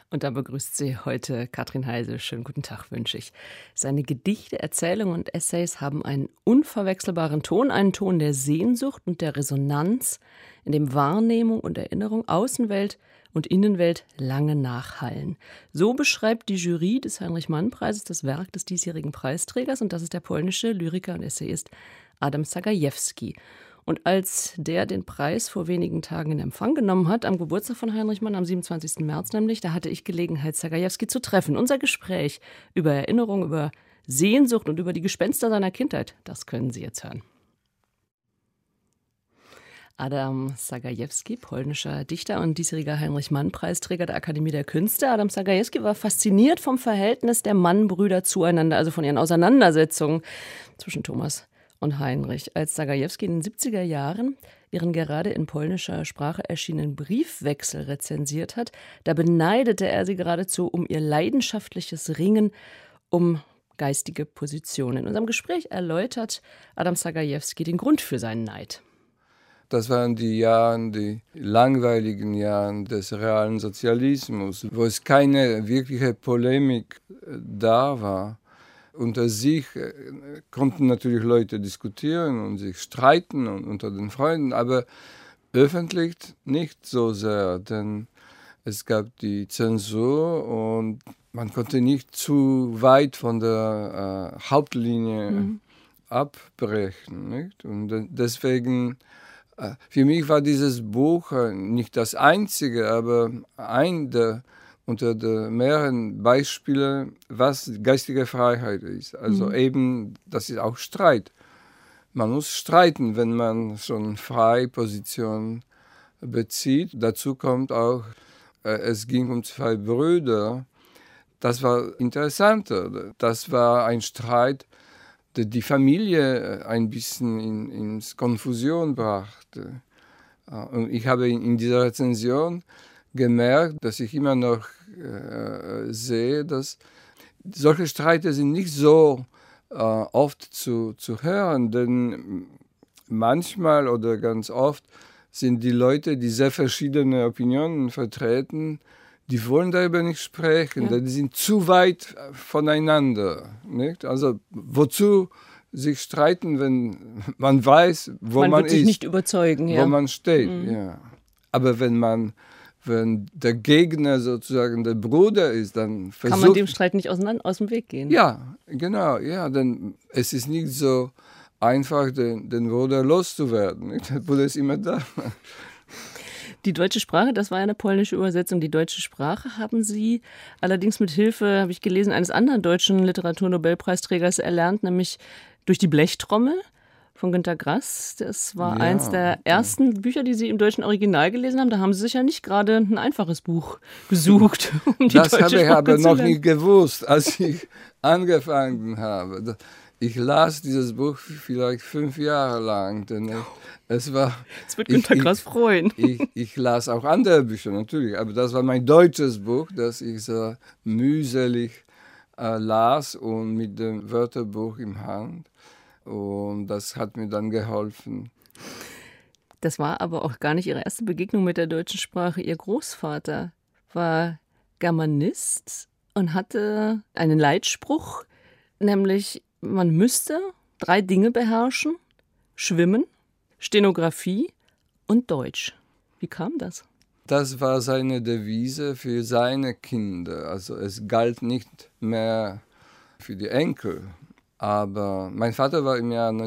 Und da begrüßt sie heute Katrin Heise. Schönen guten Tag wünsche ich. Seine Gedichte, Erzählungen und Essays haben einen unverwechselbaren Ton, einen Ton der Sehnsucht und der Resonanz, in dem Wahrnehmung und Erinnerung, Außenwelt und Innenwelt lange nachhallen. So beschreibt die Jury des Heinrich-Mann-Preises das Werk des diesjährigen Preisträgers, und das ist der polnische Lyriker und Essayist Adam Zagajewski. Und als der den Preis vor wenigen Tagen in Empfang genommen hat, am Geburtstag von Heinrich Mann, am 27. März nämlich, da hatte ich Gelegenheit, Zagajewski zu treffen. Unser Gespräch über Erinnerung, über Sehnsucht und über die Gespenster seiner Kindheit, das können Sie jetzt hören. Adam Zagajewski, polnischer Dichter und diesjähriger Heinrich-Mann-Preisträger der Akademie der Künste. Adam Zagajewski war fasziniert vom Verhältnis der Mann-Brüder zueinander, also von ihren Auseinandersetzungen zwischen Thomas und Heinrich. Als Zagajewski in den 70er Jahren ihren gerade in polnischer Sprache erschienenen Briefwechsel rezensiert hat, da beneidete er sie geradezu um ihr leidenschaftliches Ringen um geistige Positionen. In unserem Gespräch erläutert Adam Zagajewski den Grund für seinen Neid. Das waren die langweiligen Jahre des realen Sozialismus, wo es keine wirkliche Polemik da war. Unter sich konnten natürlich Leute diskutieren und sich streiten und unter den Freunden, aber öffentlich nicht so sehr, denn es gab die Zensur und man konnte nicht zu weit von der Hauptlinie abbrechen. Nicht? Und deswegen, für mich war dieses Buch nicht das einzige, aber unter den mehreren Beispielen, was geistige Freiheit ist. Also eben, das ist auch Streit. Man muss streiten, wenn man schon freie Position bezieht. Dazu kommt auch, es ging um zwei Brüder. Das war interessanter. Das war ein Streit, der die Familie ein bisschen ins Konfusion brachte. Und ich habe in dieser Rezension gemerkt, dass ich immer noch sehe, dass solche Streite sind nicht so oft zu hören, denn manchmal oder ganz oft sind die Leute, die sehr verschiedene Opinionen vertreten, die wollen darüber nicht sprechen, die sind zu weit voneinander. Nicht? Also wozu sich streiten, wenn man weiß, wo man ist. Man wird sich nicht überzeugen, wo man steht. Ja. Aber wenn der Gegner sozusagen der Bruder ist, dann kann man dem Streit nicht aus dem Weg gehen. Ja, genau. Ja, denn es ist nicht so einfach, den Bruder loszuwerden. Der Bruder ist immer da. Die deutsche Sprache, das war eine polnische Übersetzung. Die deutsche Sprache haben Sie allerdings mit Hilfe, habe ich gelesen, eines anderen deutschen Literaturnobelpreisträgers erlernt, nämlich durch die Blechtrommel von Günter Grass. Das war eins der ersten Bücher, die Sie im deutschen Original gelesen haben. Da haben Sie sich ja nicht gerade ein einfaches Buch gesucht, um die das deutsche habe ich Sprache aber zu noch lernen. nicht gewusst, als ich angefangen habe. Ich las dieses Buch vielleicht 5 Jahre lang. Denn es wird Günter Grass freuen. Ich las auch andere Bücher natürlich, aber das war mein deutsches Buch, das ich so mühselig las und mit dem Wörterbuch in Hand. Und das hat mir dann geholfen. Das war aber auch gar nicht Ihre erste Begegnung mit der deutschen Sprache. Ihr Großvater war Germanist und hatte einen Leitspruch, nämlich man müsste 3 Dinge beherrschen: Schwimmen, Stenografie und Deutsch. Wie kam das? Das war seine Devise für seine Kinder. Also es galt nicht mehr für die Enkel. Aber mein Vater war im Jahr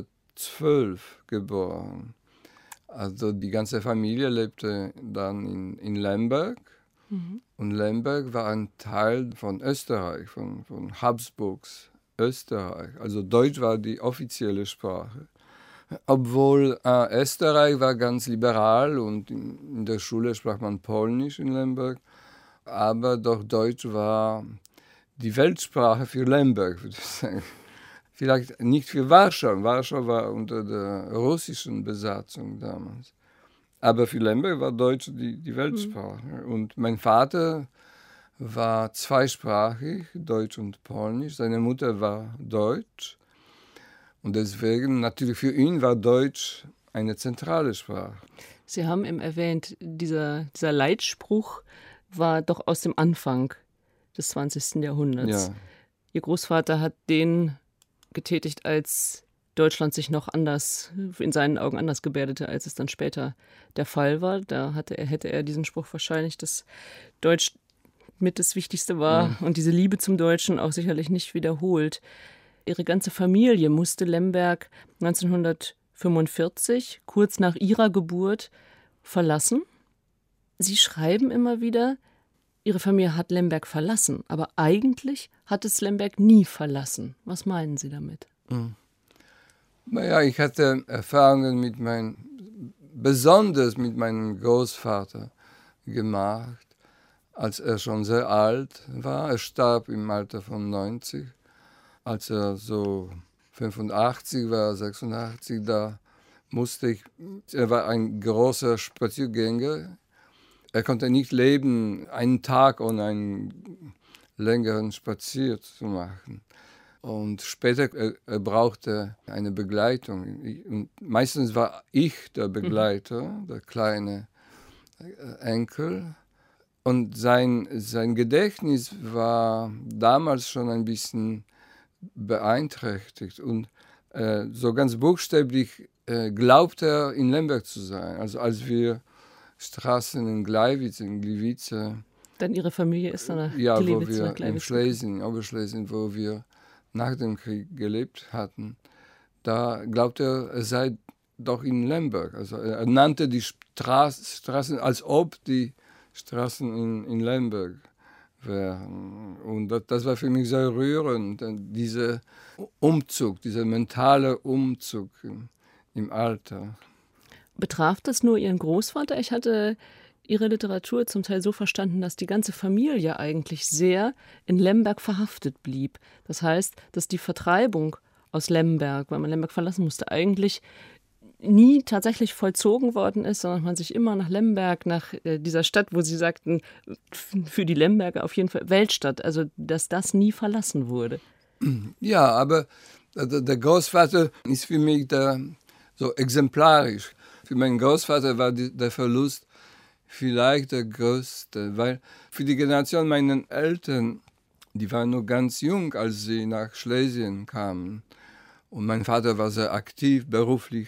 1912 geboren. Also die ganze Familie lebte dann in Lemberg. Und Lemberg war ein Teil von Österreich, von Habsburgs Österreich. Also Deutsch war die offizielle Sprache. Obwohl Österreich war ganz liberal und in der Schule sprach man Polnisch in Lemberg. Aber doch Deutsch war die Weltsprache für Lemberg, würde ich sagen. Vielleicht nicht für Warschau. Warschau war unter der russischen Besatzung damals. Aber für Lemberg war Deutsch die Weltsprache. Und mein Vater war zweisprachig, Deutsch und Polnisch. Seine Mutter war Deutsch. Und deswegen, natürlich für ihn war Deutsch eine zentrale Sprache. Sie haben eben erwähnt, dieser Leitspruch, war doch aus dem Anfang des 20. Jahrhunderts. Ja. Ihr Großvater hat den getätigt, als Deutschland sich noch anders, in seinen Augen anders gebärdete, als es dann später der Fall war. Da hätte er diesen Spruch wahrscheinlich, dass Deutsch mit das Wichtigste war und diese Liebe zum Deutschen auch sicherlich nicht wiederholt. Ihre ganze Familie musste Lemberg 1945, kurz nach ihrer Geburt, verlassen. Sie schreiben immer wieder, Ihre Familie hat Lemberg verlassen, aber eigentlich hat es Lemberg nie verlassen. Was meinen Sie damit? Naja, ich hatte Erfahrungen besonders mit meinem Großvater gemacht, als er schon sehr alt war. Er starb im Alter von 90. Als er so 85 war, 86, er war ein großer Spaziergänger. Er konnte nicht leben, einen Tag ohne einen längeren Spaziergang zu machen. Und später er brauchte eine Begleitung. Und meistens war ich der Begleiter, der kleine Enkel. Und sein Gedächtnis war damals schon ein bisschen beeinträchtigt. Und so ganz buchstäblich glaubte er, in Lemberg zu sein. Also als wir Straßen in Gleiwitz, in Gliwice. Denn Ihre Familie ist dann ja, wo wir in Schlesien, Oberschlesien, wo wir nach dem Krieg gelebt hatten, da glaubte er sei doch in Lemberg. Also er nannte die Straßen, als ob die Straßen in Lemberg wären. Und das war für mich sehr rührend, dieser Umzug, dieser mentale Umzug im Alter. Betraf das nur Ihren Großvater? Ich hatte Ihre Literatur zum Teil so verstanden, dass die ganze Familie eigentlich sehr in Lemberg verhaftet blieb. Das heißt, dass die Vertreibung aus Lemberg, weil man Lemberg verlassen musste, eigentlich nie tatsächlich vollzogen worden ist, sondern man sich immer nach Lemberg, nach dieser Stadt, wo Sie sagten, für die Lemberger auf jeden Fall Weltstadt, also dass das nie verlassen wurde. Ja, aber der Großvater ist für mich so exemplarisch. Für meinen Großvater war der Verlust vielleicht der größte, weil für die Generation meiner Eltern, die waren nur ganz jung, als sie nach Schlesien kamen. Und mein Vater war sehr aktiv, beruflich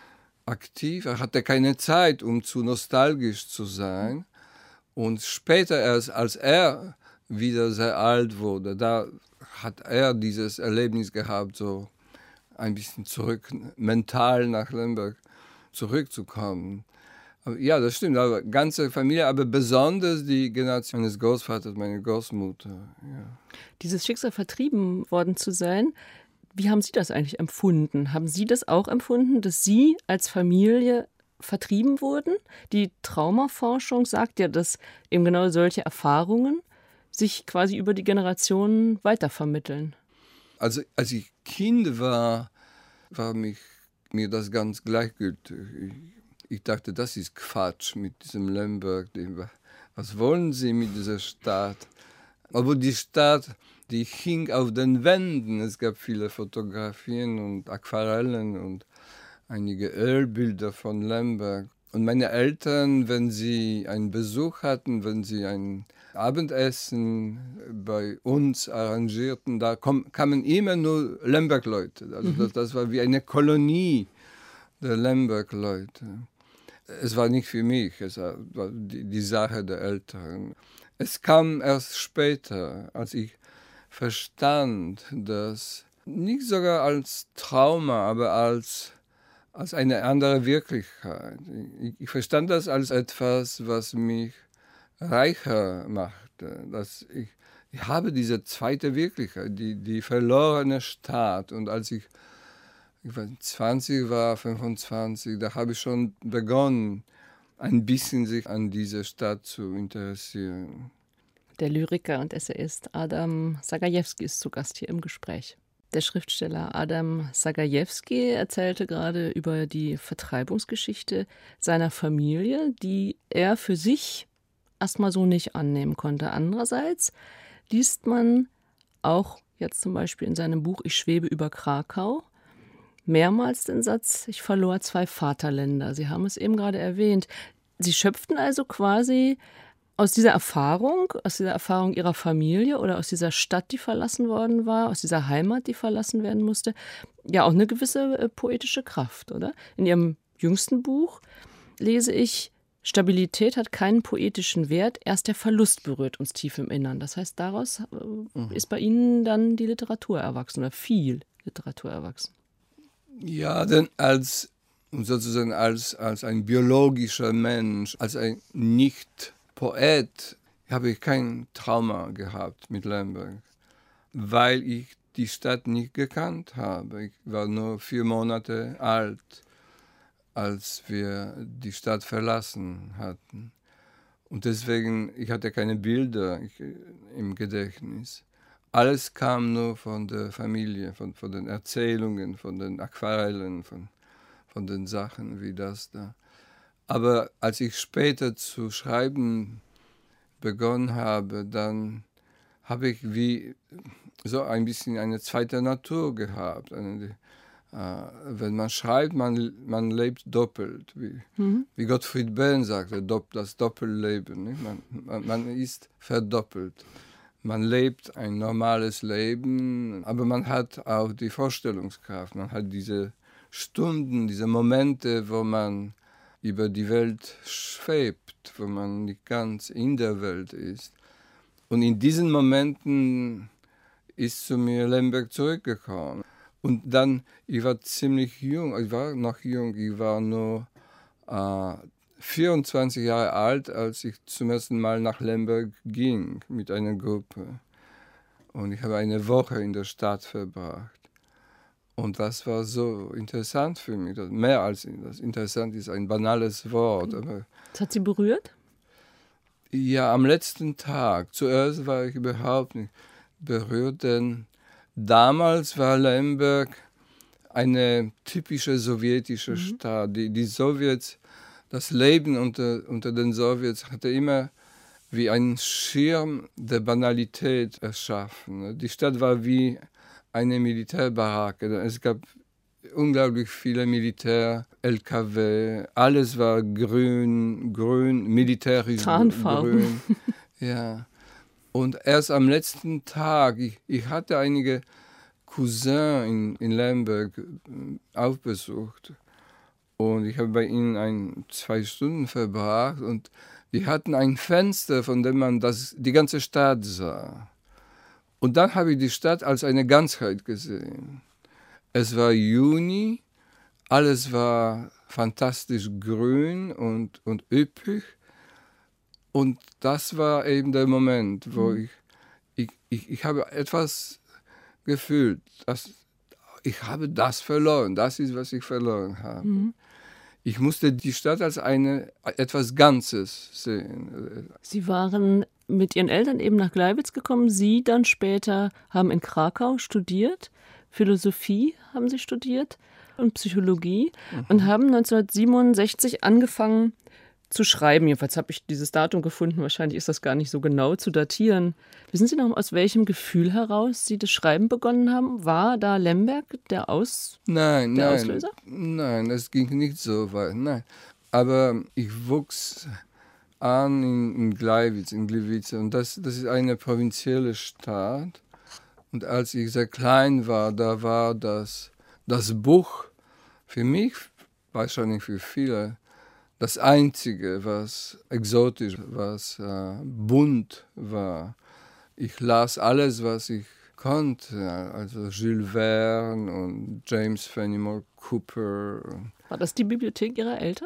aktiv. Er hatte keine Zeit, um zu nostalgisch zu sein. Und später erst, als er wieder sehr alt wurde, da hat er dieses Erlebnis gehabt, so ein bisschen zurück, mental nach Lemberg zurückzukommen. Ja, das stimmt, aber ganze Familie, aber besonders die Generation meines Großvaters, meine Großmutter. Ja. Dieses Schicksal, vertrieben worden zu sein, wie haben Sie das eigentlich empfunden? Haben Sie das auch empfunden, dass Sie als Familie vertrieben wurden? Die Traumaforschung sagt ja, dass eben genau solche Erfahrungen sich quasi über die Generationen weitervermitteln. Also als ich Kind war mir das ganz gleichgültig. Ich dachte, das ist Quatsch mit diesem Lemberg. Was wollen Sie mit dieser Stadt? Aber die Stadt, die hing auf den Wänden. Es gab viele Fotografien und Aquarellen und einige Ölbilder von Lemberg. Und meine Eltern, wenn sie einen Besuch hatten, wenn sie ein Abendessen bei uns arrangierten, da kamen immer nur Lemberg-Leute. Also das war wie eine Kolonie der Lemberg-Leute. Es war nicht für mich, es war die Sache der Eltern. Es kam erst später, als ich verstand, dass nicht sogar als Trauma, aber als eine andere Wirklichkeit. Ich verstand das als etwas, was mich reicher machte. Dass ich habe diese zweite Wirklichkeit, die verlorene Stadt. Und als ich 20 war, 25, da habe ich schon begonnen, ein bisschen sich an diese Stadt zu interessieren. Der Lyriker und Essayist Adam Sagajewski ist zu Gast hier im Gespräch. Der Schriftsteller Adam Sagajewski erzählte gerade über die Vertreibungsgeschichte seiner Familie, die er für sich erstmal so nicht annehmen konnte. Andererseits liest man auch jetzt zum Beispiel in seinem Buch Ich schwebe über Krakau mehrmals den Satz, ich verlor 2 Vaterländer. Sie haben es eben gerade erwähnt. Sie schöpften also quasi Aus dieser Erfahrung Ihrer Familie oder aus dieser Stadt, die verlassen worden war, aus dieser Heimat, die verlassen werden musste, ja auch eine gewisse poetische Kraft, oder? In Ihrem jüngsten Buch lese ich: Stabilität hat keinen poetischen Wert, erst der Verlust berührt uns tief im Innern. Das heißt, daraus ist bei Ihnen dann die Literatur erwachsen oder viel Literatur erwachsen. Ja, denn als ein biologischer Mensch, als ein Nicht-Poet, habe ich kein Trauma gehabt mit Lemberg, weil ich die Stadt nicht gekannt habe. Ich war nur 4 Monate alt, als wir die Stadt verlassen hatten. Und deswegen, ich hatte keine Bilder im Gedächtnis. Alles kam nur von der Familie, von den Erzählungen, von den Aquarellen, von den Sachen wie das da. Aber als ich später zu schreiben begonnen habe, dann habe ich wie so ein bisschen eine zweite Natur gehabt. Wenn man schreibt, man lebt doppelt, wie Gottfried Benn sagte, das Doppelleben. Nicht? Man ist verdoppelt. Man lebt ein normales Leben, aber man hat auch die Vorstellungskraft. Man hat diese Stunden, diese Momente, wo man über die Welt schwebt, wo man nicht ganz in der Welt ist. Und in diesen Momenten ist zu mir Lemberg zurückgekommen. Und dann, ich war ziemlich jung, ich war noch jung, ich war nur 24 Jahre alt, als ich zum ersten Mal nach Lemberg ging mit einer Gruppe. Und ich habe eine Woche in der Stadt verbracht. Und das war so interessant für mich. Mehr als das interessant ist ein banales Wort. Aber Das hat Sie berührt? ja, am letzten Tag. Zuerst war ich überhaupt nicht berührt, denn damals war Lemberg eine typische sowjetische Stadt. Die Sowjets, das Leben unter den Sowjets hatte immer wie einen Schirm der Banalität erschaffen. Die Stadt war wie eine Militärbaracke. Es gab unglaublich viele Militär-LKW. Alles war grün, militärisch Tarnfarben. grün. Ja. Und erst am letzten Tag, ich hatte einige Cousins in Lemberg aufbesucht. Und ich habe bei ihnen 2 Stunden verbracht und die hatten ein Fenster, von dem man die ganze Stadt sah. Und dann habe ich die Stadt als eine Ganzheit gesehen. Es war Juni, alles war fantastisch grün und üppig. Und das war eben der Moment, wo ich habe etwas gefühlt, ich habe das verloren, das ist, was ich verloren habe. Ich musste die Stadt als etwas Ganzes sehen. Sie waren mit Ihren Eltern eben nach Gleiwitz gekommen. Sie dann später haben in Krakau studiert. Philosophie haben Sie studiert und Psychologie und haben 1967 angefangen zu schreiben. Jedenfalls habe ich dieses Datum gefunden. Wahrscheinlich ist das gar nicht so genau zu datieren. Wissen Sie noch, aus welchem Gefühl heraus Sie das Schreiben begonnen haben? War da Lemberg der Auslöser? Nein, es ging nicht so weit. Nein. Aber ich wuchs an in Gleiwitz, in Gliwice. Und das ist eine provinzielle Stadt. Und als ich sehr klein war, da war das Buch für mich, wahrscheinlich für viele, das Einzige, was exotisch, was bunt war. Ich las alles, was ich konnte, also Jules Verne und James Fenimore Cooper. War das die Bibliothek Ihrer Eltern?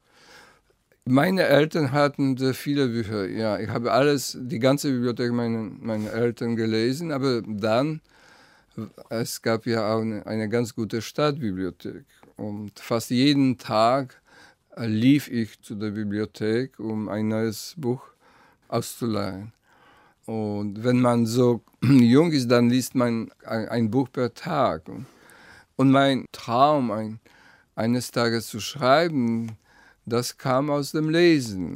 Meine Eltern hatten sehr viele Bücher, ja. Ich habe die ganze Bibliothek meiner Eltern gelesen, aber dann, es gab ja auch eine ganz gute Stadtbibliothek. Und fast jeden Tag lief ich zu der Bibliothek, um ein neues Buch auszuleihen. Und wenn man so jung ist, dann liest man ein Buch per Tag. Und mein Traum, eines Tages zu schreiben, das kam aus dem Lesen.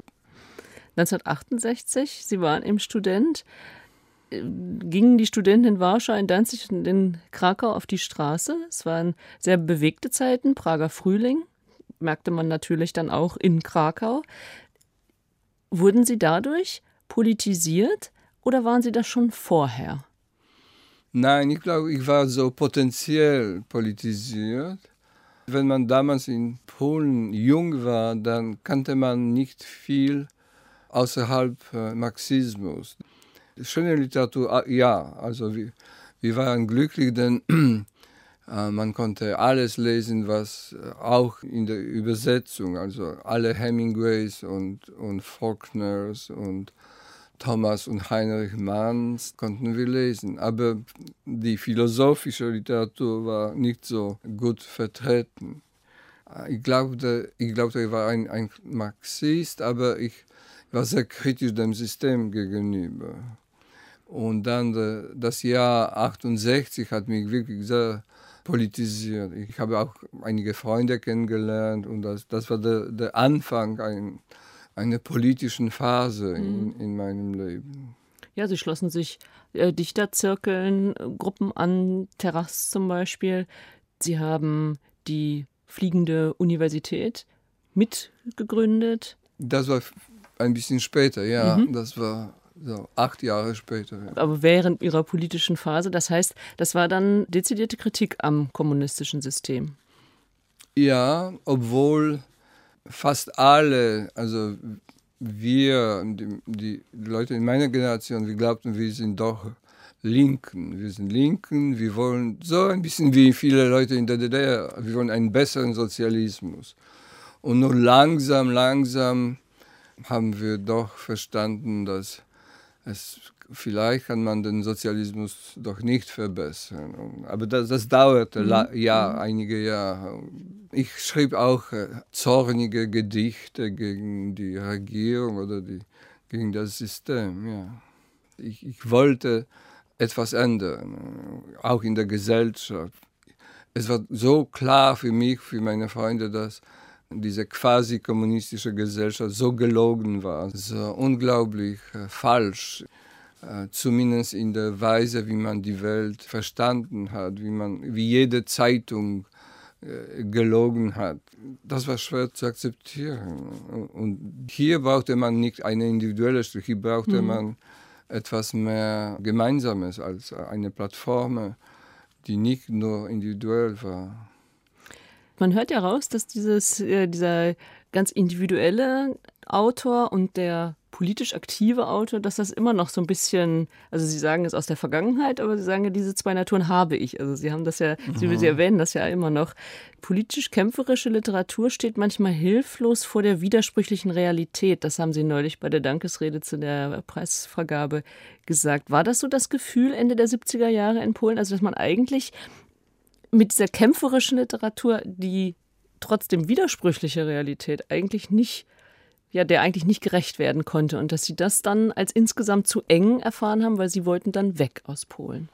1968, Sie waren eben Student. Gingen die Studenten in Warschau, in Danzig und in Krakau auf die Straße? Es waren sehr bewegte Zeiten, Prager Frühling. Merkte man natürlich dann auch in Krakau. Wurden Sie dadurch politisiert oder waren Sie das schon vorher? Nein, ich glaube, ich war so potenziell politisiert. Wenn man damals in Polen jung war, dann kannte man nicht viel außerhalb Marxismus. Schöne Literatur, ja, also wir waren glücklich, denn man konnte alles lesen, was auch in der Übersetzung, also alle Hemingways und Faulkners und Thomas und Heinrich Manns konnten wir lesen. Aber die philosophische Literatur war nicht so gut vertreten. Ich glaubte, ich war ein Marxist, aber ich war sehr kritisch dem System gegenüber. Und dann das Jahr 68 hat mich wirklich sehr politisiert. Ich habe auch einige Freunde kennengelernt und das war der Anfang einer politischen Phase in meinem Leben. Ja, Sie schlossen sich Dichterzirkeln, Gruppen an, Terrasse zum Beispiel. Sie haben die Fliegende Universität mitgegründet. Das war ein bisschen später, ja. Das war so 8 Jahre später. Ja. Aber während Ihrer politischen Phase, das heißt, das war dann dezidierte Kritik am kommunistischen System. Ja, obwohl fast alle, also wir, die Leute in meiner Generation, wir glaubten, wir sind doch Linken. Wir sind Linken, wir wollen so ein bisschen wie viele Leute in der DDR, wir wollen einen besseren Sozialismus. Und nur langsam haben wir doch verstanden, dass vielleicht kann man den Sozialismus doch nicht verbessern. Aber das dauerte einige Jahre. Ich schrieb auch zornige Gedichte gegen die Regierung oder gegen das System. Ja. Ich wollte etwas ändern, auch in der Gesellschaft. Es war so klar für mich, für meine Freunde, dass diese quasi kommunistische Gesellschaft so gelogen war, so unglaublich falsch, zumindest in der Weise, wie man die Welt verstanden hat, wie jede Zeitung gelogen hat. Das war schwer zu akzeptieren. Und hier brauchte man nicht eine individuelle Stück, hier brauchte man etwas mehr Gemeinsames als eine Plattform, die nicht nur individuell war. Man hört ja raus, dass dieser ganz individuelle Autor und der politisch aktive Autor, dass das immer noch so ein bisschen, also Sie sagen es aus der Vergangenheit, aber Sie sagen ja, diese zwei Naturen habe ich. Also Sie haben das ja, Sie erwähnen das ja immer noch. Politisch-kämpferische Literatur steht manchmal hilflos vor der widersprüchlichen Realität. Das haben Sie neulich bei der Dankesrede zu der Preisvergabe gesagt. War das so das Gefühl Ende der 70er Jahre in Polen? Also dass man eigentlich mit dieser kämpferischen Literatur die trotzdem widersprüchliche Realität eigentlich nicht, der eigentlich nicht gerecht werden konnte und dass Sie das dann als insgesamt zu eng erfahren haben, weil Sie wollten dann weg aus Polen.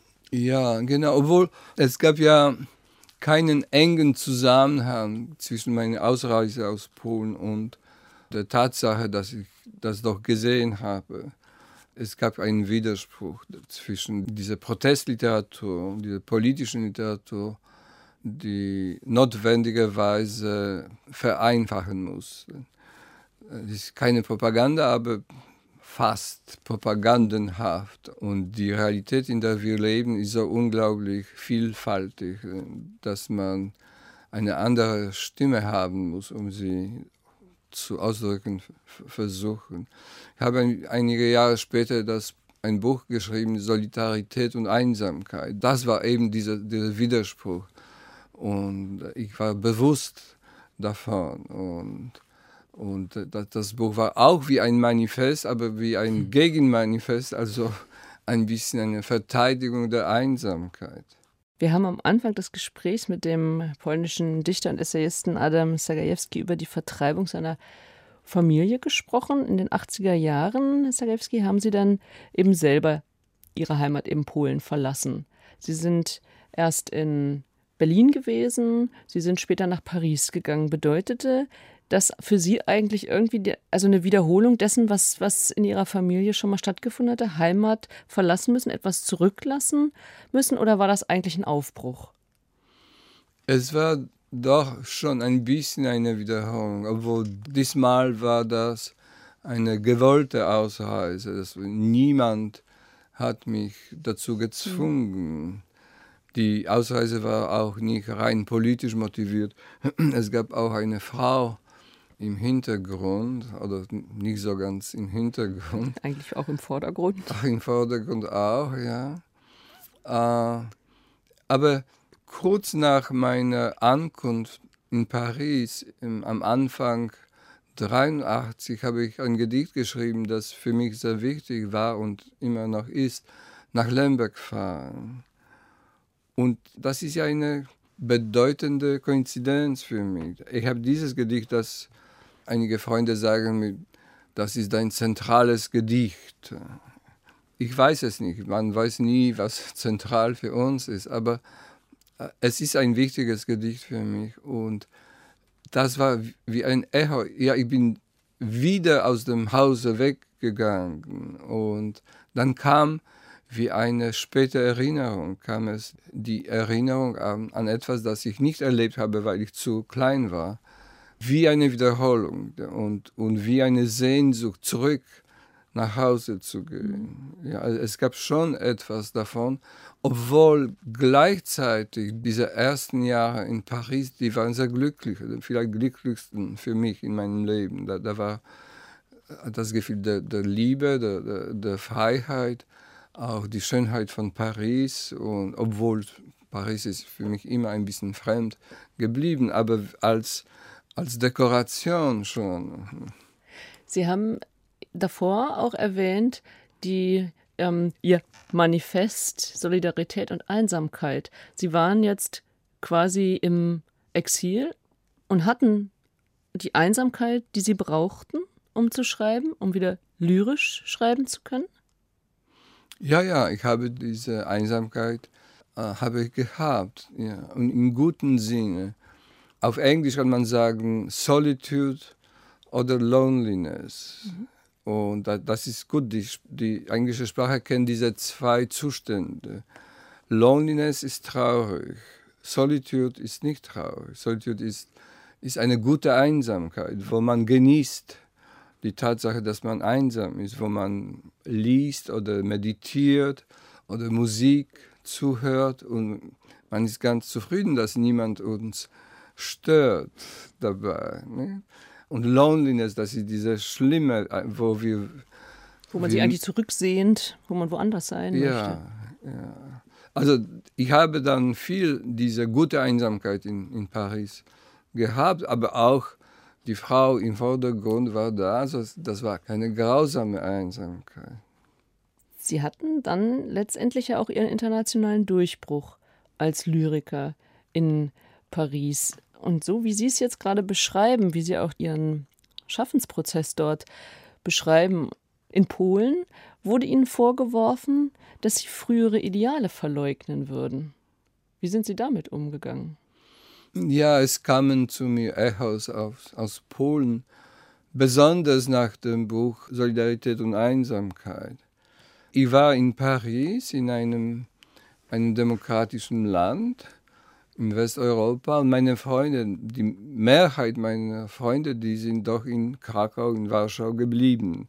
Ja, genau, obwohl es gab ja keinen engen Zusammenhang zwischen meiner Ausreise aus Polen und der Tatsache, dass ich das doch gesehen habe. Es gab einen Widerspruch zwischen dieser Protestliteratur und dieser politischen Literatur, die notwendigerweise vereinfachen muss. Es ist keine Propaganda, aber fast propagandenhaft. Und die Realität, in der wir leben, ist so unglaublich vielfältig, dass man eine andere Stimme haben muss, um sie zu ausdrücken versuchen. Ich habe einige Jahre später ein Buch geschrieben, Solidarität und Einsamkeit. Das war eben dieser Widerspruch. Und ich war bewusst davon. Und das Buch war auch wie ein Manifest, aber wie ein Gegenmanifest, also ein bisschen eine Verteidigung der Einsamkeit. Wir haben am Anfang des Gesprächs mit dem polnischen Dichter und Essayisten Adam Zagajewski über die Vertreibung seiner Familie gesprochen. In den 80er Jahren, Herr Zagajewski, haben Sie dann eben selber Ihre Heimat in Polen verlassen. Sie sind erst in Berlin gewesen, Sie sind später nach Paris gegangen. Bedeutete das für Sie eigentlich irgendwie also eine Wiederholung dessen, was in Ihrer Familie schon mal stattgefunden hatte? Heimat verlassen müssen, etwas zurücklassen müssen oder war das eigentlich ein Aufbruch? Es war doch schon ein bisschen eine Wiederholung, obwohl diesmal war das eine gewollte Ausreise. Niemand hat mich dazu gezwungen. Die Ausreise war auch nicht rein politisch motiviert. Es gab auch eine Frau im Hintergrund, oder nicht so ganz im Hintergrund. Eigentlich auch im Vordergrund. Ach, im Vordergrund auch, ja. Aber kurz nach meiner Ankunft in Paris, am Anfang 1983, habe ich ein Gedicht geschrieben, das für mich sehr wichtig war und immer noch ist, nach Lemberg fahren. Und das ist ja eine bedeutende Koinzidenz für mich. Ich habe dieses Gedicht, das einige Freunde sagen mir, das ist ein zentrales Gedicht. Ich weiß es nicht, man weiß nie, was zentral für uns ist, aber es ist ein wichtiges Gedicht für mich und das war wie ein Echo. Ja, ich bin wieder aus dem Hause weggegangen und dann kam wie eine späte Erinnerung, die Erinnerung an etwas, das ich nicht erlebt habe, weil ich zu klein war, wie eine Wiederholung und wie eine Sehnsucht zurück nach Hause zu gehen. Ja, also es gab schon etwas davon, obwohl gleichzeitig diese ersten Jahre in Paris, die waren sehr glücklich, vielleicht glücklichsten für mich in meinem Leben. Da war das Gefühl der Liebe, der Freiheit, auch die Schönheit von Paris. Und obwohl Paris ist für mich immer ein bisschen fremd geblieben, aber als Dekoration schon. Sie haben davor auch erwähnt, Ihr Manifest Solidarität und Einsamkeit. Sie waren jetzt quasi im Exil und hatten die Einsamkeit, die Sie brauchten, um zu schreiben, um wieder lyrisch schreiben zu können? Ja, ich habe diese Einsamkeit habe ich gehabt, ja, und im guten Sinne. Auf Englisch kann man sagen Solitude oder Loneliness. Mhm. Und das ist gut, die englische Sprache kennt diese zwei Zustände. Loneliness ist traurig, Solitude ist nicht traurig. Solitude ist eine gute Einsamkeit, wo man genießt die Tatsache, dass man einsam ist, wo man liest oder meditiert oder Musik zuhört und man ist ganz zufrieden, dass niemand uns stört dabei. Ne? Und Loneliness, das ist diese Schlimme, wo man sich eigentlich zurücksehnt, wo man woanders sein möchte. Ja. Also ich habe dann viel diese gute Einsamkeit in Paris gehabt, aber auch die Frau im Vordergrund war da, also das war keine grausame Einsamkeit. Sie hatten dann letztendlich ja auch Ihren internationalen Durchbruch als Lyriker in Paris. Und so wie Sie es jetzt gerade beschreiben, wie Sie auch Ihren Schaffensprozess dort beschreiben, in Polen wurde Ihnen vorgeworfen, dass Sie frühere Ideale verleugnen würden. Wie sind Sie damit umgegangen? Ja, es kamen zu mir Echos aus Polen, besonders nach dem Buch Solidarität und Einsamkeit. Ich war in Paris, in einem demokratischen Land, in Westeuropa, und meine Freunde, die Mehrheit meiner Freunde, die sind doch in Krakau, in Warschau geblieben.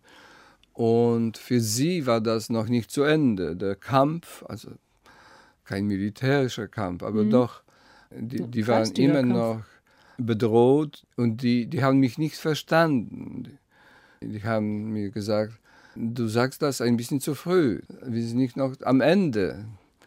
Und für sie war das noch nicht zu Ende. Der Kampf, also kein militärischer Kampf, aber doch, die waren immer noch bedroht und die haben mich nicht verstanden. Die haben mir gesagt, du sagst das ein bisschen zu früh, wir sind nicht noch am Ende.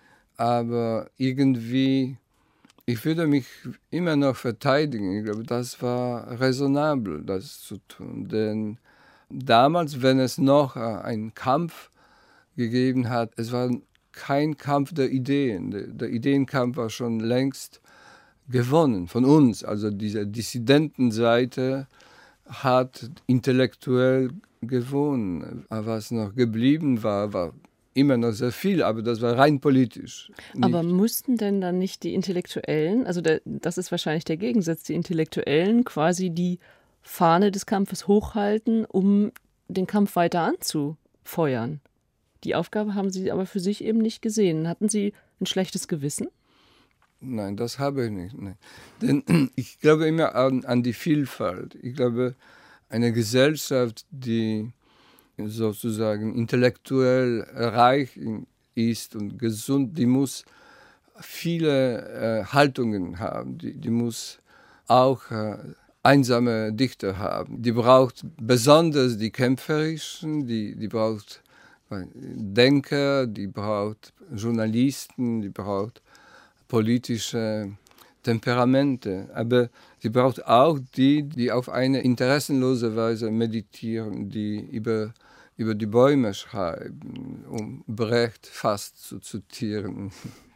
Aber irgendwie, ich würde mich immer noch verteidigen. Ich glaube, das war raisonabel, das zu tun. Denn damals, wenn es noch einen Kampf gegeben hat, es war kein Kampf der Ideen. Der Ideenkampf war schon längst gewonnen von uns. Also diese Dissidentenseite hat intellektuell gewonnen. Aber was noch geblieben war immer noch sehr viel, aber das war rein politisch. Aber mussten denn dann nicht die Intellektuellen, also das ist wahrscheinlich der Gegensatz, die Intellektuellen quasi die Fahne des Kampfes hochhalten, um den Kampf weiter anzufeuern? Die Aufgabe haben Sie aber für sich eben nicht gesehen. Hatten Sie ein schlechtes Gewissen? Nein, das habe ich nicht. Nein. Denn ich glaube immer an die Vielfalt. Ich glaube, eine Gesellschaft, die sozusagen intellektuell reich ist und gesund, die muss viele Haltungen haben. Die muss auch einsame Dichter haben. Die braucht besonders die kämpferischen, die braucht Denker, die braucht Journalisten, die braucht politische Temperamente. Aber sie braucht auch die auf eine interessenlose Weise meditieren, die über die Bäume schreiben, um Brecht fast zu zitieren.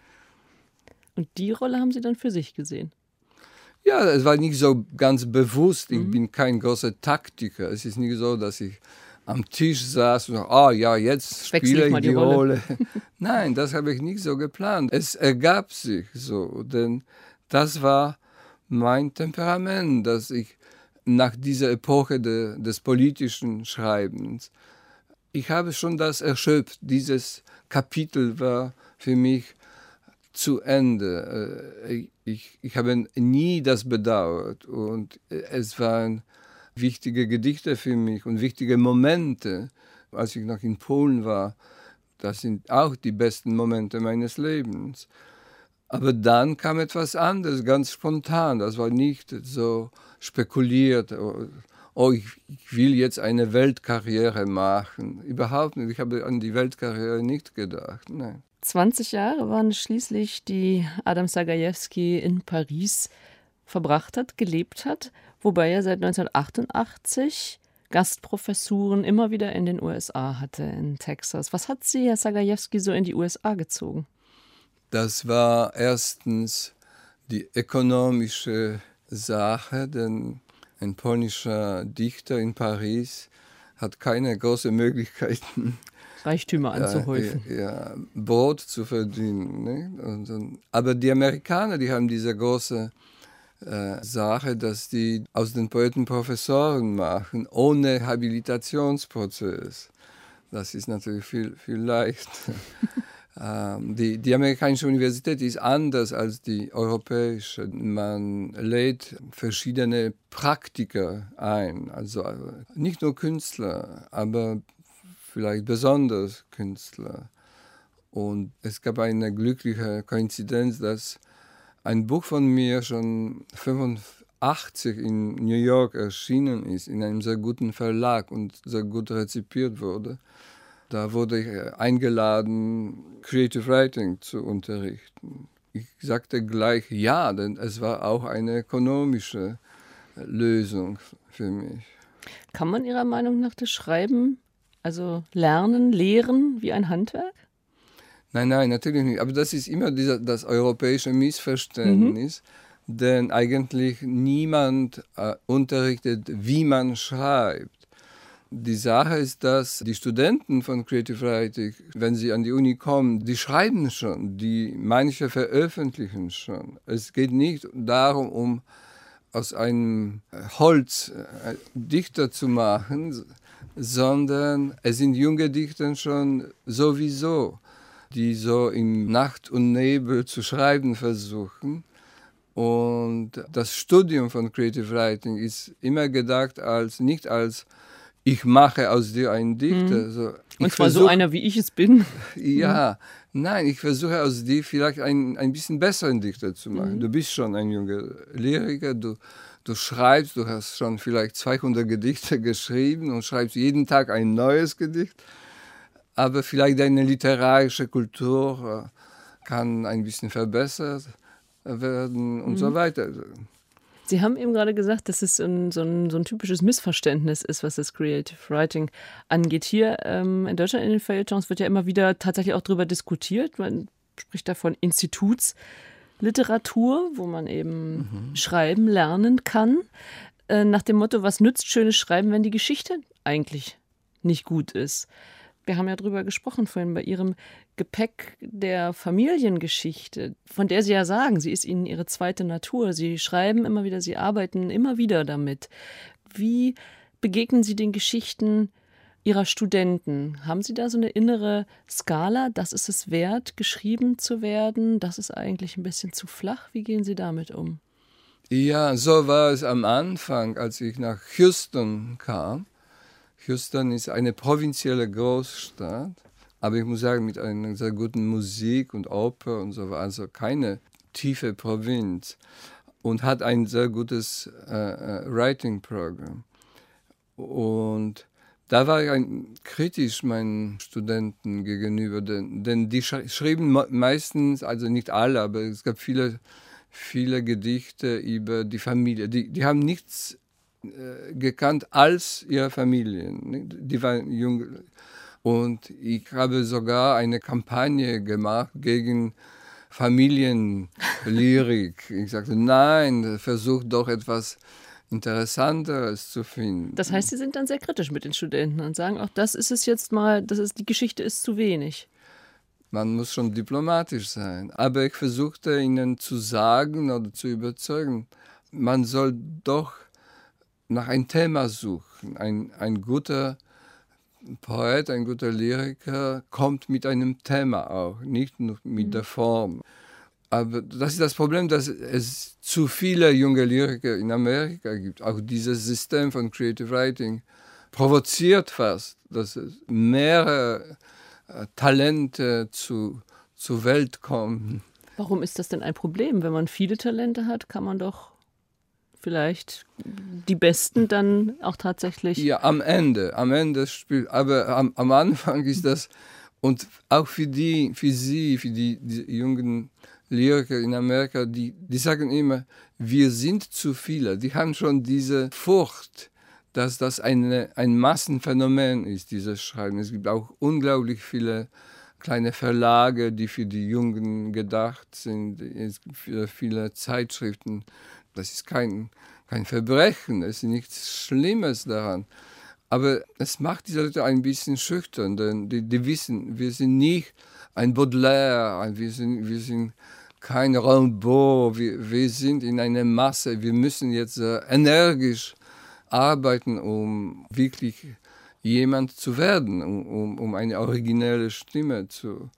Und die Rolle haben Sie dann für sich gesehen? Ja, es war nicht so ganz bewusst. Ich bin kein großer Taktiker. Es ist nicht so, dass ich am Tisch saß und jetzt spiele ich die Rolle. Nein, das habe ich nicht so geplant. Es ergab sich so, denn das war mein Temperament, dass ich nach dieser Epoche des politischen Schreibens, ich habe schon das erschöpft. Dieses Kapitel war für mich zu Ende. Ich habe nie das bedauert und es waren wichtige Gedichte für mich und wichtige Momente, als ich noch in Polen war. Das sind auch die besten Momente meines Lebens. Aber dann kam etwas anderes, ganz spontan. Das war nicht so spekuliert. Ich will jetzt eine Weltkarriere machen. Überhaupt nicht. Ich habe an die Weltkarriere nicht gedacht. Nein. 20 Jahre waren schließlich, die Adam Sagajewski in Paris verbracht hat, gelebt hat, wobei er seit 1988 Gastprofessuren immer wieder in den USA hatte, in Texas. Was hat Sie, Herr Sagajewski, so in die USA gezogen? Das war erstens die ökonomische Sache, denn ein polnischer Dichter in Paris hat keine großen Möglichkeiten, Reichtümer anzuhäufen. Brot zu verdienen. Ne? Aber die Amerikaner, die haben diese große Sache, dass die aus den Poeten Professoren machen, ohne Habilitationsprozess. Das ist natürlich viel leichter. Die amerikanische Universität ist anders als die europäische. Man lädt verschiedene Praktiker ein, also nicht nur Künstler, aber vielleicht besonders Künstler. Und es gab eine glückliche Koinzidenz, dass ein Buch von mir schon 1985 in New York erschienen ist, in einem sehr guten Verlag und sehr gut rezipiert wurde. Da wurde ich eingeladen, Creative Writing zu unterrichten. Ich sagte gleich ja, denn es war auch eine ökonomische Lösung für mich. Kann man Ihrer Meinung nach das Schreiben, also lernen, lehren wie ein Handwerk? Nein, natürlich nicht. Aber das ist immer das europäische Missverständnis, denn eigentlich niemand unterrichtet, wie man schreibt. Die Sache ist, dass die Studenten von Creative Writing, wenn sie an die Uni kommen, die schreiben schon, manche veröffentlichen schon. Es geht nicht darum, um aus einem Holz Dichter zu machen, sondern es sind junge Dichter schon sowieso, die so in Nacht und Nebel zu schreiben versuchen. Und das Studium von Creative Writing ist immer gedacht nicht als ich mache aus dir einen Dichter. So, und zwar so einer, wie ich es bin. Ja, nein, ich versuche aus dir vielleicht ein bisschen besseren Dichter zu machen. Du bist schon ein junger Lyriker, du schreibst, du hast schon vielleicht 200 Gedichte geschrieben und schreibst jeden Tag ein neues Gedicht. Aber vielleicht deine literarische Kultur kann ein bisschen verbessert werden und so weiter. Sie haben eben gerade gesagt, dass es so ein typisches Missverständnis ist, was das Creative Writing angeht. Hier in Deutschland in den Feuilletons wird ja immer wieder tatsächlich auch darüber diskutiert. Man spricht da von Institutsliteratur, wo man eben schreiben lernen kann. Nach dem Motto, was nützt schönes Schreiben, wenn die Geschichte eigentlich nicht gut ist? Wir haben ja drüber gesprochen vorhin bei Ihrem Gepäck der Familiengeschichte, von der Sie ja sagen, sie ist Ihnen Ihre zweite Natur. Sie schreiben immer wieder, Sie arbeiten immer wieder damit. Wie begegnen Sie den Geschichten Ihrer Studenten? Haben Sie da so eine innere Skala? Das ist es wert, geschrieben zu werden? Das ist eigentlich ein bisschen zu flach. Wie gehen Sie damit um? Ja, so war es am Anfang, als ich nach Houston kam. Houston ist eine provinzielle Großstadt, aber ich muss sagen, mit einer sehr guten Musik und Oper und so, also keine tiefe Provinz und hat ein sehr gutes Writing-Programm. Und da war ich kritisch meinen Studenten gegenüber, denn die schrieben meistens, also nicht alle, aber es gab viele Gedichte über die Familie. Die haben nichts gekannt als ihre Familien. Die waren jung. Und ich habe sogar eine Kampagne gemacht gegen Familienlyrik. Ich sagte, nein, versucht doch etwas Interessanteres zu finden. Das heißt, Sie sind dann sehr kritisch mit den Studenten und sagen auch, das ist es jetzt mal, die Geschichte ist zu wenig. Man muss schon diplomatisch sein. Aber ich versuchte ihnen zu sagen oder zu überzeugen, man soll doch nach einem Thema suchen. Ein guter Poet, ein guter Lyriker kommt mit einem Thema auch, nicht nur mit der Form. Aber das ist das Problem, dass es zu viele junge Lyriker in Amerika gibt. Auch dieses System von Creative Writing provoziert fast, dass es mehrere Talente zur Welt kommen. Warum ist das denn ein Problem? Wenn man viele Talente hat, kann man doch vielleicht die Besten dann auch tatsächlich... Ja, am Ende spielt, aber am Anfang ist das, und auch für die jungen Lyriker in Amerika, die sagen immer, wir sind zu viele. Die haben schon diese Furcht, dass das ein Massenphänomen ist, dieses Schreiben. Es gibt auch unglaublich viele kleine Verlage, die für die Jungen gedacht sind. Es gibt viele Zeitschriften. Das ist kein Verbrechen, es ist nichts Schlimmes daran. Aber es macht diese Leute ein bisschen schüchtern, denn die wissen, wir sind nicht ein Baudelaire, wir sind kein Rimbaud, wir sind in einer Masse, wir müssen jetzt energisch arbeiten, um wirklich jemand zu werden, um eine originelle Stimme zu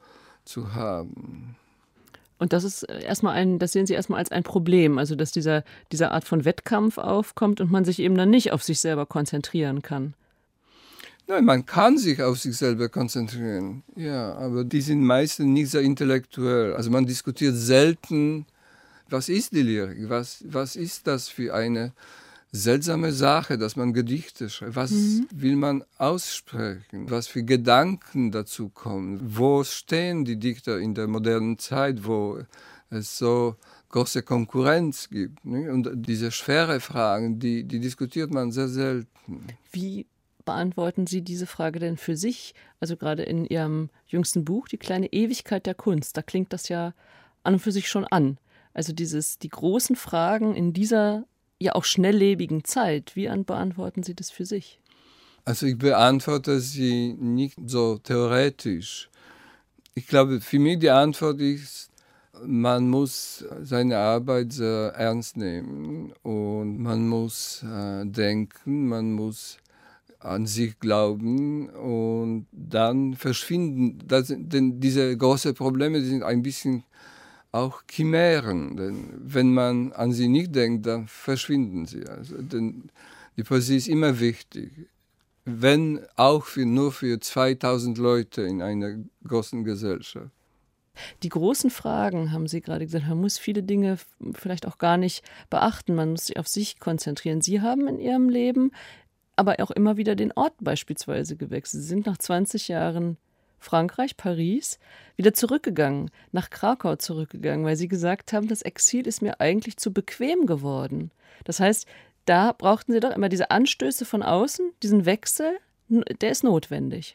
haben. Und das ist das sehen Sie erstmal als ein Problem, also dass diese Art von Wettkampf aufkommt und man sich eben dann nicht auf sich selber konzentrieren kann. Nein, man kann sich auf sich selber konzentrieren, ja, aber die sind meistens nicht sehr intellektuell. Also man diskutiert selten, was ist die Lyrik, was ist das für eine seltsame Sache, dass man Gedichte schreibt. Was will man aussprechen? Was für Gedanken dazu kommen? Wo stehen die Dichter in der modernen Zeit, wo es so große Konkurrenz gibt? Ne? Und diese schwere Fragen, die diskutiert man sehr selten. Wie beantworten Sie diese Frage denn für sich? Also gerade in Ihrem jüngsten Buch, Die kleine Ewigkeit der Kunst, da klingt das ja an und für sich schon an. Also die großen Fragen in dieser ja auch schnelllebigen Zeit. Wie beantworten Sie das für sich? Also ich beantworte sie nicht so theoretisch. Ich glaube, für mich die Antwort ist, man muss seine Arbeit sehr ernst nehmen und man muss denken, man muss an sich glauben und dann verschwinden. Denn diese großen Probleme, die sind ein bisschen auch Chimären, denn wenn man an sie nicht denkt, dann verschwinden sie. Also, denn die Poesie ist immer wichtig, wenn auch nur für 2000 Leute in einer großen Gesellschaft. Die großen Fragen, haben Sie gerade gesagt, man muss viele Dinge vielleicht auch gar nicht beachten, man muss sich auf sich konzentrieren. Sie haben in Ihrem Leben aber auch immer wieder den Ort beispielsweise gewechselt. Sie sind nach 20 Jahren Frankreich, Paris, wieder zurückgegangen, nach Krakau zurückgegangen, weil Sie gesagt haben, das Exil ist mir eigentlich zu bequem geworden. Das heißt, da brauchten Sie doch immer diese Anstöße von außen, diesen Wechsel, der ist notwendig.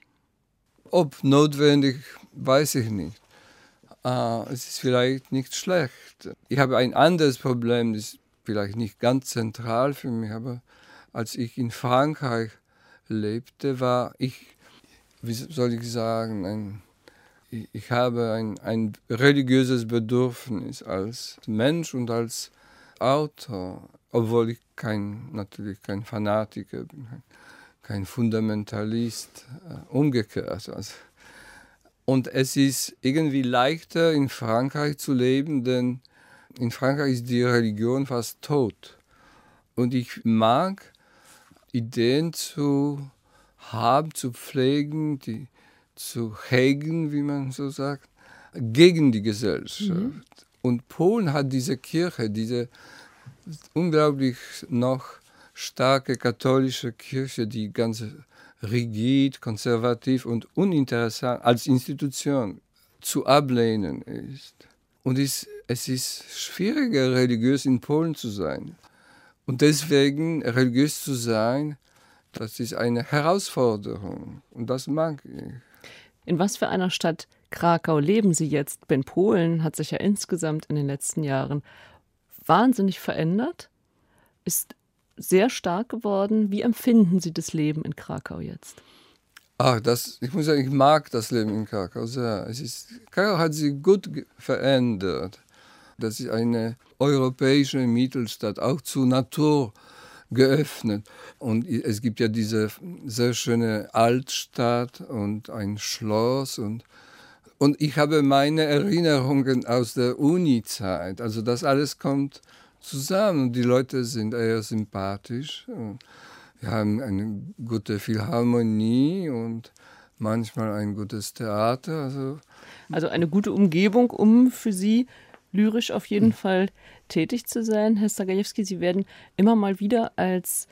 Ob notwendig, weiß ich nicht. Es ist vielleicht nicht schlecht. Ich habe ein anderes Problem, das ist vielleicht nicht ganz zentral für mich, aber als ich in Frankreich lebte, war ich, wie soll ich sagen, ich habe ein religiöses Bedürfnis als Mensch und als Autor, obwohl ich natürlich kein Fanatiker bin, kein Fundamentalist, umgekehrt. Also. Und es ist irgendwie leichter in Frankreich zu leben, denn In Frankreich ist die Religion fast tot. Und ich mag Ideen zu haben, zu pflegen, die zu hegen, wie man so sagt, gegen die Gesellschaft. Und Polen hat diese Kirche, diese unglaublich noch starke katholische Kirche, die ganz rigid, konservativ und uninteressant als Institution zu ablehnen ist. Und es ist schwieriger, religiös in Polen zu sein. Und deswegen, religiös zu sein, das ist eine Herausforderung. Und das mag ich. In was für einer Stadt Krakau leben Sie jetzt? Denn Polen hat sich ja insgesamt in den letzten Jahren wahnsinnig verändert, ist sehr stark geworden. Wie empfinden Sie das Leben in Krakau jetzt? Ich muss sagen, ich mag das Leben in Krakau sehr. Krakau hat sich gut verändert. Das ist eine europäische Mittelstadt, auch zur Natur geöffnet. Und es gibt ja diese sehr schöne Altstadt und ein Schloss. Und ich habe meine Erinnerungen aus der Uni-Zeit. Also das alles kommt zusammen. Die Leute sind eher sympathisch. Wir haben eine gute Philharmonie und manchmal ein gutes Theater. Also eine gute Umgebung, um für Sie lyrisch auf jeden Fall tätig zu sein. Herr Zagajewski, Sie werden immer mal wieder als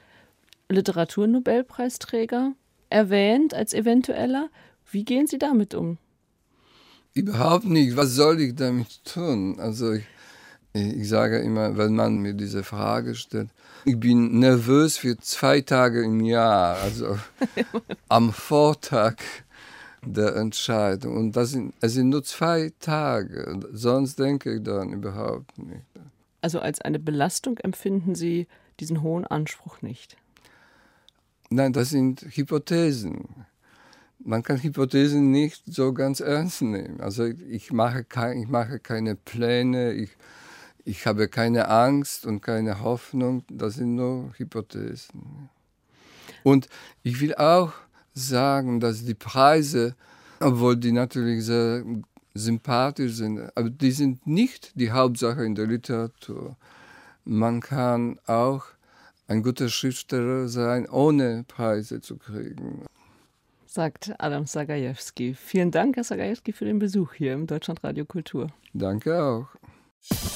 Literaturnobelpreisträger erwähnt, als eventueller. Wie gehen Sie damit um? Überhaupt nicht. Was soll ich damit tun? Also ich sage immer, wenn man mir diese Frage stellt, ich bin nervös für 2 Tage im Jahr, also am Vortag der Entscheidung. Und es sind nur 2 Tage, sonst denke ich dann überhaupt nicht. Also als eine Belastung empfinden Sie diesen hohen Anspruch nicht? Nein, das sind Hypothesen. Man kann Hypothesen nicht so ganz ernst nehmen. Also ich mache keine Pläne, ich habe keine Angst und keine Hoffnung, das sind nur Hypothesen. Und ich will auch sagen, dass die Preise, obwohl die natürlich sehr sympathisch sind, aber die sind nicht die Hauptsache in der Literatur. Man kann auch ein guter Schriftsteller sein, ohne Preise zu kriegen. Sagt Adam Zagajewski. Vielen Dank, Herr Zagajewski, für den Besuch hier im Deutschlandradio Kultur. Danke auch.